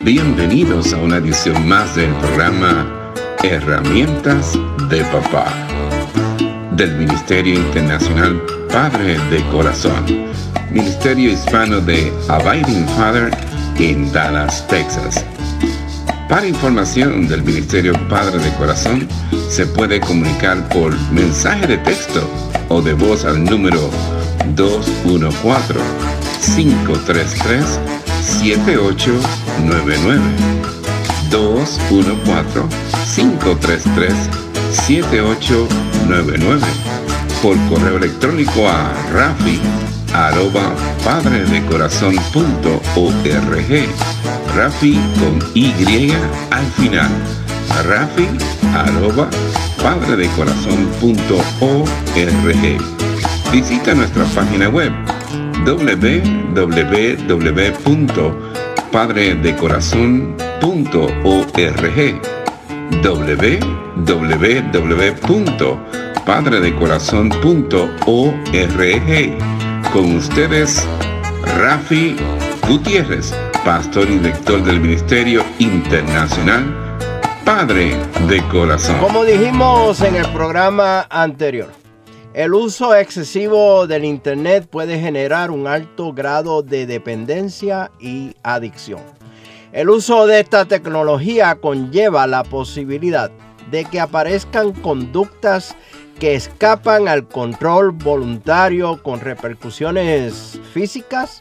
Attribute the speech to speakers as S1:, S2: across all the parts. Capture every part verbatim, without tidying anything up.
S1: Bienvenidos a una edición más del programa Herramientas de Papá del Ministerio Internacional Padre de Corazón, Ministerio Hispano de Abiding Father en Dallas, Texas. Para información del Ministerio Padre de Corazón, se puede comunicar por mensaje de texto o de voz al número dos uno cuatro, cinco tres tres, siete ocho nueve nueve. dos uno cuatro, cinco tres tres, siete ocho nueve nueve. Por correo electrónico a rafi arroba padredecorazon punto org. Rafi con Y al final. Rafi arroba padredecorazon punto org. Visita nuestra página web doble u doble u doble u punto padredecorazon punto org. doble u doble u doble u punto padredecorazon punto org. Con ustedes, Rafi Gutiérrez, pastor y director del Ministerio Internacional Padre de Corazón.
S2: Como dijimos en el programa anterior, el uso excesivo del Internet puede generar un alto grado de dependencia y adicción. El uso de esta tecnología conlleva la posibilidad de que aparezcan conductas que escapan al control voluntario con repercusiones físicas,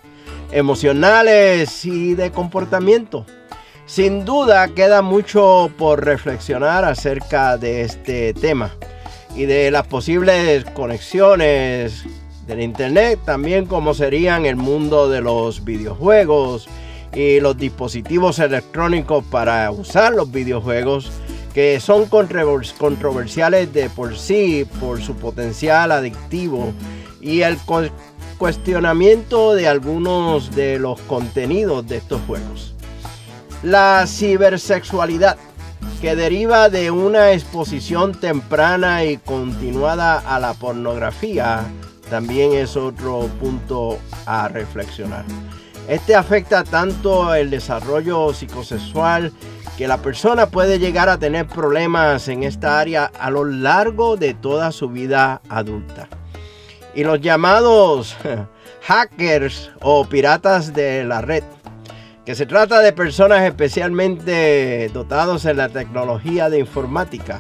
S2: emocionales y de comportamiento. Sin duda queda mucho por reflexionar acerca de este tema y de las posibles conexiones del Internet, también como serían el mundo de los videojuegos y los dispositivos electrónicos para usar los videojuegos, que son controversiales de por sí por su potencial adictivo y el cuestionamiento de algunos de los contenidos de estos juegos. La cibersexualidad, que deriva de una exposición temprana y continuada a la pornografía, también es otro punto a reflexionar. Este afecta tanto el desarrollo psicosexual que la persona puede llegar a tener problemas en esta área a lo largo de toda su vida adulta. Y los llamados hackers o piratas de la red, que se trata de personas especialmente dotados en la tecnología de informática,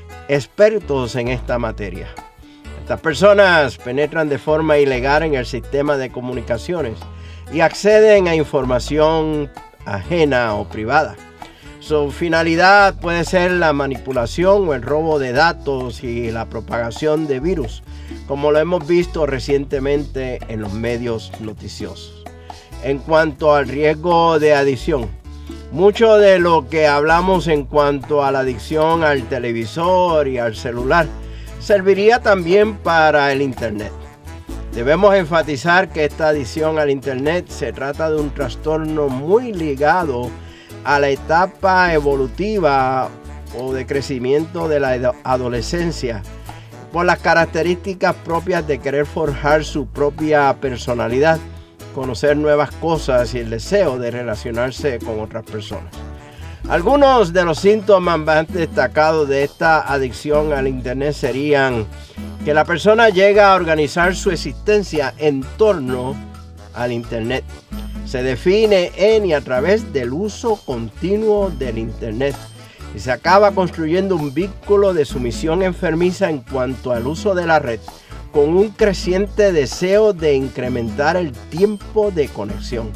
S2: expertos en esta materia. Estas personas penetran de forma ilegal en el sistema de comunicaciones y acceden a información ajena o privada. Su finalidad puede ser la manipulación o el robo de datos y la propagación de virus, como lo hemos visto recientemente en los medios noticiosos. En cuanto al riesgo de adicción, mucho de lo que hablamos en cuanto a la adicción al televisor y al celular serviría también para el Internet. Debemos enfatizar que esta adicción al Internet se trata de un trastorno muy ligado a la etapa evolutiva o de crecimiento de la adolescencia, por las características propias de querer forjar su propia personalidad, conocer nuevas cosas y el deseo de relacionarse con otras personas. Algunos de los síntomas más destacados de esta adicción al Internet serían que la persona llega a organizar su existencia en torno al Internet. Se define en y a través del uso continuo del Internet y se acaba construyendo un vínculo de sumisión enfermiza en cuanto al uso de la red, con un creciente deseo de incrementar el tiempo de conexión.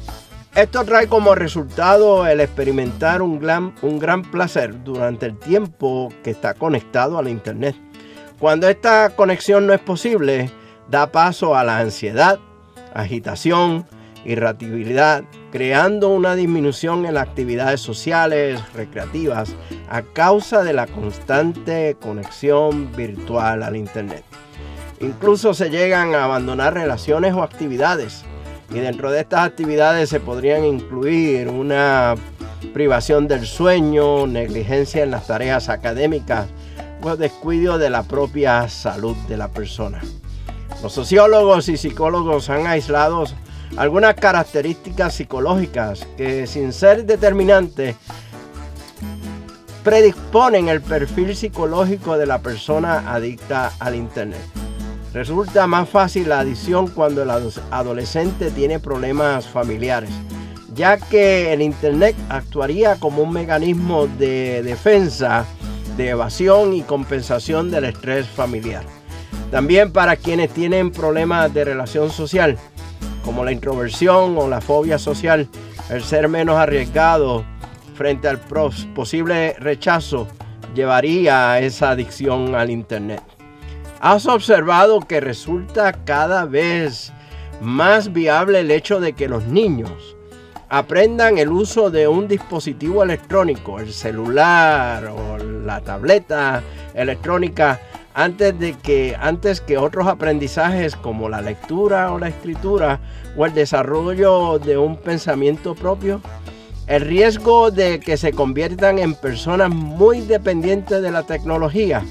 S2: Esto trae como resultado el experimentar un gran, un gran placer durante el tiempo que está conectado a la Internet. Cuando esta conexión no es posible, da paso a la ansiedad, agitación, irritabilidad, creando una disminución en las actividades sociales, recreativas, a causa de la constante conexión virtual al Internet. Incluso se llegan a abandonar relaciones o actividades, y dentro de estas actividades se podrían incluir una privación del sueño, negligencia en las tareas académicas o descuido de la propia salud de la persona. Los sociólogos y psicólogos han aislado algunas características psicológicas que, sin ser determinantes, predisponen el perfil psicológico de la persona adicta al Internet. Resulta más fácil la adicción cuando el adolescente tiene problemas familiares, ya que el Internet actuaría como un mecanismo de defensa, de evasión y compensación del estrés familiar. También para quienes tienen problemas de relación social, como la introversión o la fobia social, el ser menos arriesgado frente al posible rechazo llevaría a esa adicción al Internet. ¿Has observado que resulta cada vez más viable el hecho de que los niños aprendan el uso de un dispositivo electrónico, el celular o la tableta electrónica, antes de que antes que otros aprendizajes como la lectura o la escritura o el desarrollo de un pensamiento propio? El riesgo de que se conviertan en personas muy dependientes de la tecnología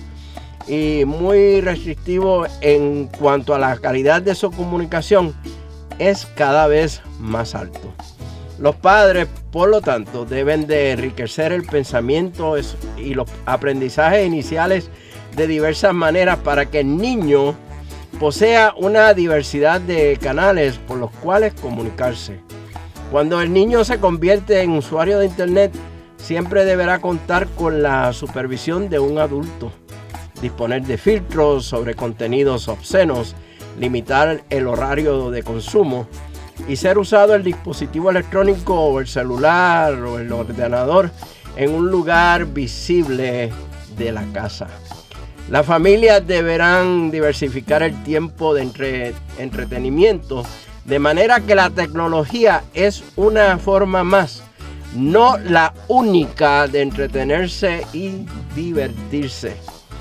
S2: y muy restrictivos en cuanto a la calidad de su comunicación es cada vez más alto. Los padres, por lo tanto, deben de enriquecer el pensamiento y los aprendizajes iniciales de diversas maneras para que el niño posea una diversidad de canales por los cuales comunicarse. Cuando el niño se convierte en usuario de Internet, siempre deberá contar con la supervisión de un adulto, disponer de filtros sobre contenidos obscenos, limitar el horario de consumo y ser usado el dispositivo electrónico o el celular o el ordenador en un lugar visible de la casa. Las familias deberán diversificar el tiempo de entre, entretenimiento de manera que la tecnología es una forma más, no la única de entretenerse y divertirse.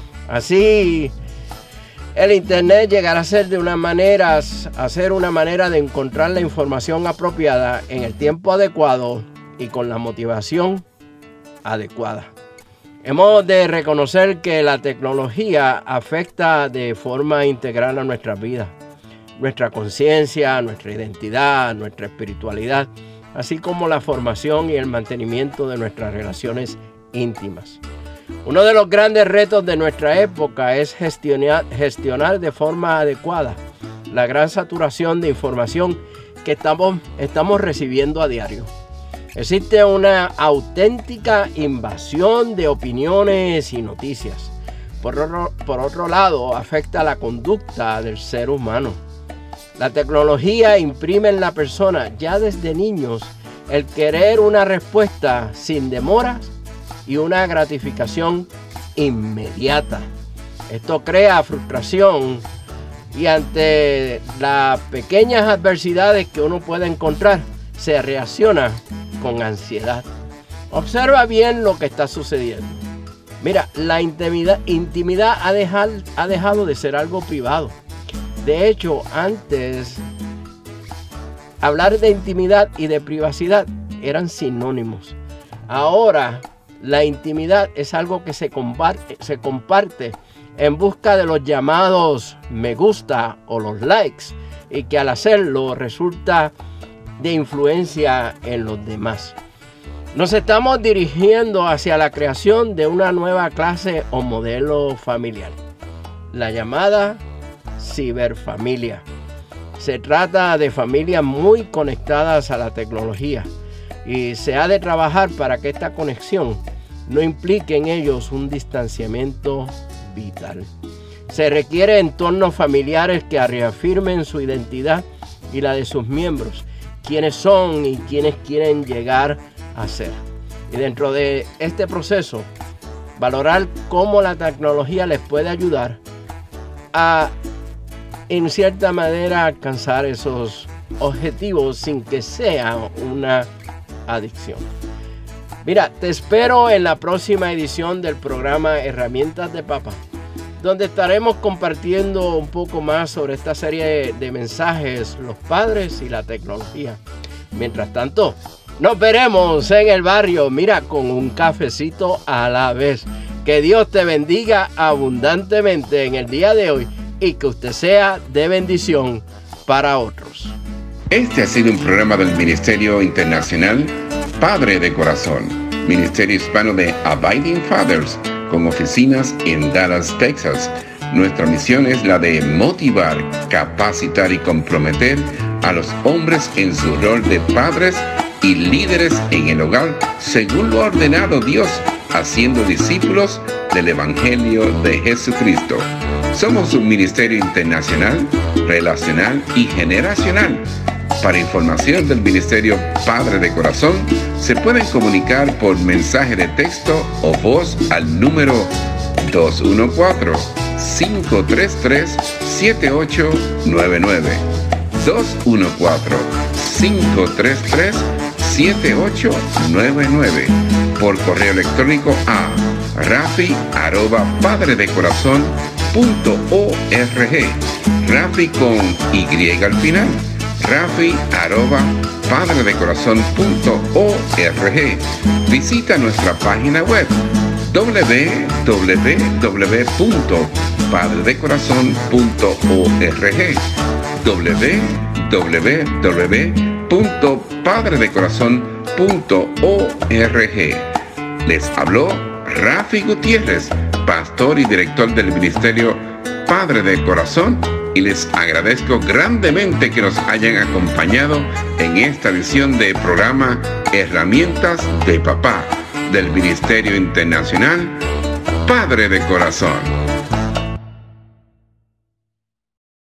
S2: Así, el Internet llegará a ser de una manera, a ser una manera de encontrar la información apropiada en el tiempo adecuado y con la motivación adecuada. Hemos de reconocer que la tecnología afecta de forma integral a nuestras vidas, nuestra conciencia, nuestra identidad, nuestra espiritualidad, así como la formación y el mantenimiento de nuestras relaciones íntimas. Uno de los grandes retos de nuestra época es gestionar, gestionar de forma adecuada la gran saturación de información que estamos, estamos recibiendo a diario. Existe una auténtica invasión de opiniones y noticias. Por otro, por otro lado, afecta la conducta del ser humano. La tecnología imprime en la persona, ya desde niños, el querer una respuesta sin demoras y una gratificación inmediata. Esto crea frustración y ante las pequeñas adversidades que uno puede encontrar, se reacciona con ansiedad. Observa bien lo que está sucediendo. Mira, la intimidad, intimidad ha, dejar, ha dejado de ser algo privado. De hecho, antes, hablar de intimidad y de privacidad eran sinónimos. Ahora, la intimidad es algo que se comparte, se comparte en busca de los llamados me gusta o los likes, y que al hacerlo resulta de influencia en los demás. Nos estamos dirigiendo hacia la creación de una nueva clase o modelo familiar, la llamada ciberfamilia. Se trata de familias muy conectadas a la tecnología y se ha de trabajar para que esta conexión no implique en ellos un distanciamiento vital. Se requiere entornos familiares que reafirmen su identidad y la de sus miembros, quiénes son y quiénes quieren llegar a ser. Y dentro de este proceso, valorar cómo la tecnología les puede ayudar a, en cierta manera, alcanzar esos objetivos sin que sea una adicción. Mira, te espero en la próxima edición del programa Herramientas de Papá, donde estaremos compartiendo un poco más sobre esta serie de mensajes, los padres y la tecnología. Mientras tanto, nos veremos en el barrio, mira, con un cafecito a la vez. Que Dios te bendiga abundantemente en el día de hoy y que usted sea de bendición para otros.
S1: Este ha sido un programa del Ministerio Internacional Padre de Corazón, Ministerio Hispano de Abiding Fathers, con oficinas en Dallas, Texas. Nuestra misión es la de motivar, capacitar y comprometer a los hombres en su rol de padres y líderes en el hogar, según lo ha ordenado Dios, haciendo discípulos del Evangelio de Jesucristo. Somos un ministerio internacional, relacional y generacional. Para información del Ministerio Padre de Corazón, se pueden comunicar por mensaje de texto o voz al número dos uno cuatro, cinco tres tres, siete ocho nueve nueve. dos uno cuatro, cinco tres tres, siete ocho nueve nueve. Por correo electrónico a rafi arroba padredecorazon punto org. Rafi con Y al final. rafi arroba padredecorazon punto org. Visita nuestra página web doble u doble u doble u punto padredecorazon punto org. doble u doble u doble u punto padredecorazon punto org. Les habló Rafi Gutiérrez, pastor y director del Ministerio Padre de Corazón, y les agradezco grandemente que nos hayan acompañado en esta edición de programa Herramientas de Papá del Ministerio Internacional Padre de Corazón.